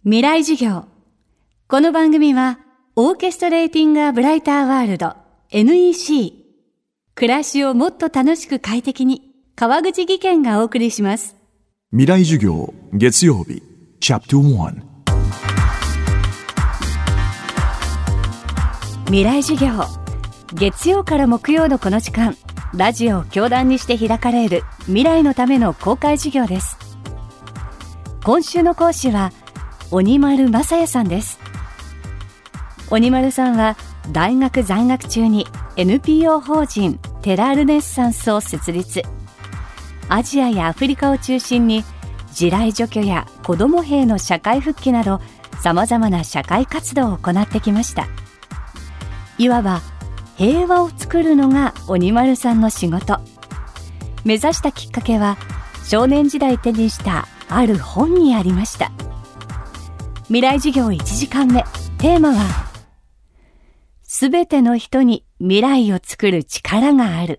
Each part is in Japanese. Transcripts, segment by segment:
未来授業。この番組はオーケストレーティング・ア・ブライター・ワールド NEC 暮らしをもっと楽しく快適に川口義賢がお送りします。 未来授業月曜日チャプター1 未来授業月曜から木曜のこの時間、ラジオを教壇にして開かれる未来のための公開授業です。今週の講師は鬼丸雅也さんです。鬼丸さんは大学在学中に NPO 法人テラルネッサンスを設立。アジアやアフリカを中心に地雷除去や子ども兵の社会復帰などさまざまな社会活動を行ってきました。いわば平和を作るのが鬼丸さんの仕事。目指したきっかけは少年時代手にしたある本にありました。未来授業1時間目、テーマはすべての人に未来を作る力がある。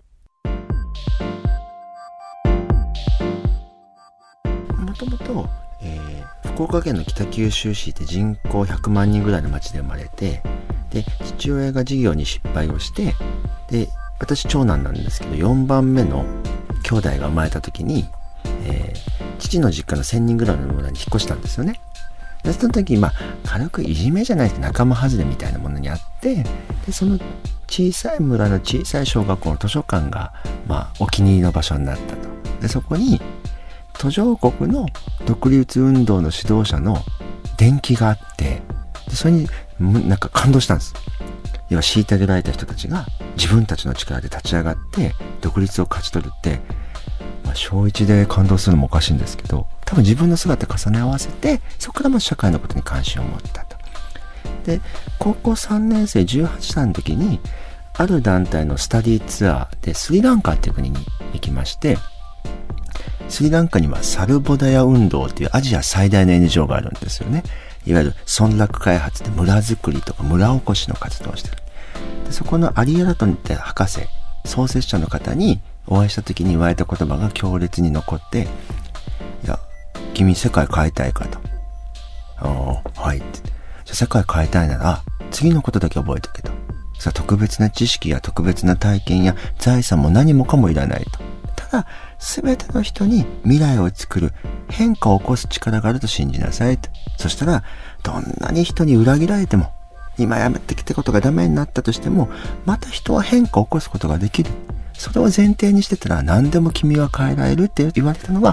もともと福岡県の北九州市って人口100万人ぐらいの町で生まれて、で父親が事業に失敗をして、で私長男なんですけど4番目の兄弟が生まれた時に、父の実家の1000人ぐらいの村に引っ越したんですよね。でその時軽くいじめじゃないですけど仲間外れみたいなものにあって、でその小さい村の小さい小学校の図書館がお気に入りの場所になったと。でそこに途上国の独立運動の指導者の伝記があって、でそれになんか感動したんです。要は虐げられた人たちが自分たちの力で立ち上がって独立を勝ち取るって、小1で感動するのもおかしいんですけど、多分自分の姿重ね合わせてそこからも社会のことに関心を持ったと。で高校3年生18歳の時にある団体のスタディツアーでスリランカっていう国に行きまして、スリランカにはサルボダヤ運動っていうアジア最大の NGO があるんですよね。いわゆる村落開発で村づくりとか村おこしの活動をしている。でそこのアリアラトンって博士、創設者の方にお会いした時に言われた言葉が強烈に残って、いや、君世界変えたいかと。はいって。じゃあ世界変えたいなら、次のことだけ覚えておけと。さあ特別な知識や特別な体験や財産も何もかもいらないと。ただ、すべての人に未来を作る変化を起こす力があると信じなさいと。そしたら、どんなに人に裏切られても、今やめてきたことがダメになったとしても、また人は変化を起こすことができる。それを前提にしてたら何でも君は変えられるって言われたのが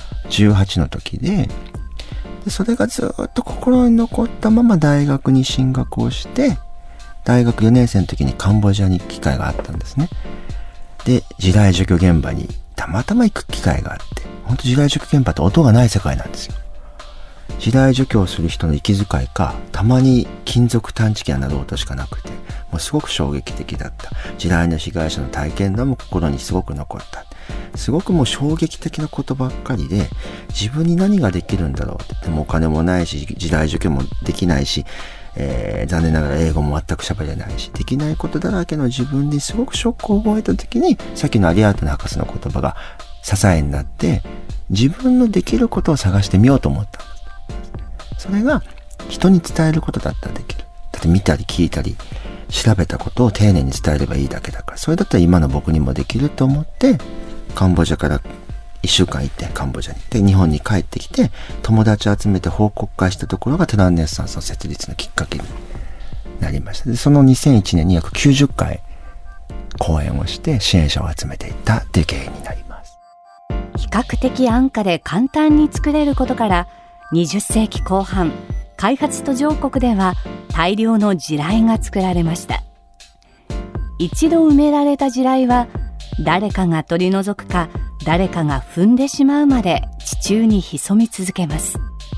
18の時で、それがずっと心に残ったまま大学に進学をして、大学4年生の時にカンボジアに行く機会があったんですね。で、地雷除去現場にたまたま行く機会があって、本当地雷除去現場って音がない世界なんですよ。地雷除去をする人の息遣いか、たまに金属探知機が鳴る音しかなくて、もうすごく衝撃的だった。地雷の被害者の体験談も心にすごく残った。すごくもう衝撃的なことばっかりで、自分に何ができるんだろうって。でもお金もないし、地雷除去もできないし、残念ながら英語も全く喋れないし、できないことだらけの自分にすごくショックを覚えた時に、さっきのアリアートの博士の言葉が支えになって、自分のできることを探してみようと思ったんです。それが人に伝えることだったらできる。だって見たり聞いたり調べたことを丁寧に伝えればいいだけだから、それだったら今の僕にもできると思って、カンボジアから1週間行ってカンボジアに行って日本に帰ってきて友達集めて報告会したところがテランネッサンスの設立のきっかけになりました。でその2001年に約90回講演をして支援者を集めていったっていう経緯になります。 比較的安価で簡単に作れることから20世紀後半、開発途上国では大量の地雷が作られました。一度埋められた地雷は誰かが取り除くか誰かが踏んでしまうまで地中に潜み続けます。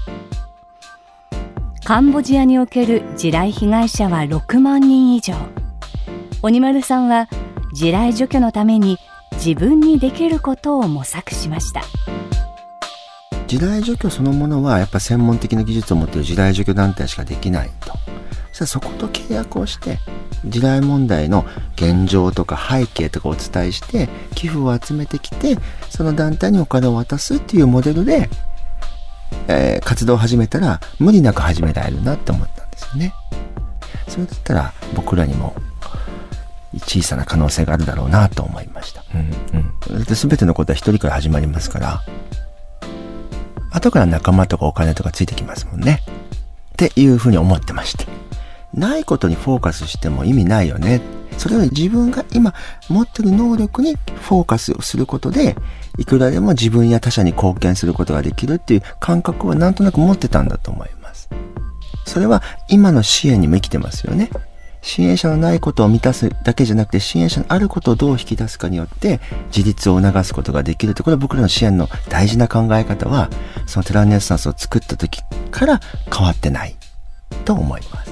カンボジアにおける地雷被害者は6万人以上。鬼丸さんは地雷除去のために自分にできることを模索しました。 地雷除去そのものはやっぱ専門的な技術を持っている地雷除去団体しかできないと。そこと契約をして地雷問題の現状とか背景とかをお伝えして寄付を集めてきて、その団体にお金を渡すっていうモデルで活動を始めたら無理なく始められるなって思ったんですよね。それだったら僕らにも小さな可能性があるだろうなと思いました。だって全てのことは一人から始まりますから、後から仲間とかお金とかついてきますもんねっていうふうに思ってまして、ないことにフォーカスしても意味ないよね。それは自分が今持ってる能力にフォーカスをすることで、いくらでも自分や他者に貢献することができるっていう感覚はなんとなく持ってたんだと思います。それは今の支援にも生きてますよね。支援者のないことを満たすだけじゃなくて、支援者のあることをどう引き出すかによって自立を促すことができるって、これは僕らの支援の大事な考え方は、そのテラネッサンスを作った時から変わってないと思います。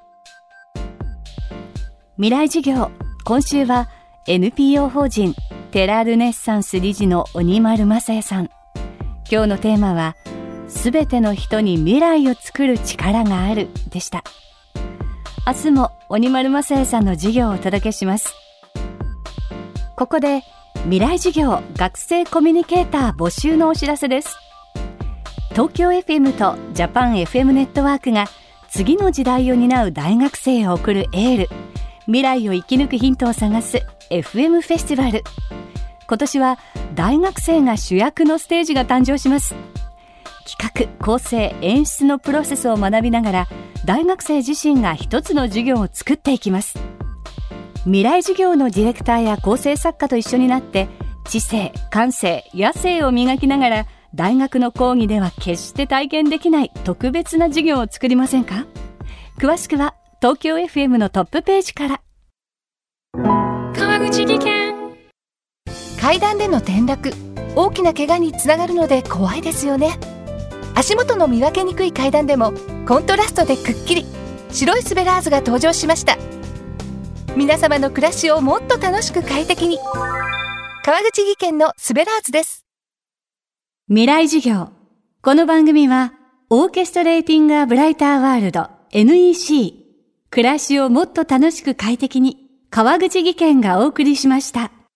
未来授業、今週は NPO 法人テラルネッサンス理事の鬼丸雅也さん。今日のテーマは、すべての人に未来を作る力があるでした。明日も鬼丸雅也さんの授業をお届けします。ここで未来授業学生コミュニケーター募集のお知らせです。東京 FM とジャパン FM ネットワークが次の時代を担う大学生へ送るエール、未来を生き抜くヒントを探す FM フェスティバル。今年は大学生が主役のステージが誕生します。企画、構成、演出のプロセスを学びながら、大学生自身が一つの授業を作っていきます。未来授業のディレクターや構成作家と一緒になって、知性、感性、野性を磨きながら、大学の講義では決して体験できない特別な授業を作りませんか？詳しくは東京 FM のトップページから。 川口技研。階段での転落、大きな怪我につながるので怖いですよね。足元の見分けにくい階段でもコントラストでくっきり白いスベラーズが登場しました。皆様の暮らしをもっと楽しく快適に、川口技研のスベラーズです。 未来授業、この番組はオーケストレーティングアブライターワールド NEC、 暮らしをもっと楽しく快適に、川口技研がお送りしました。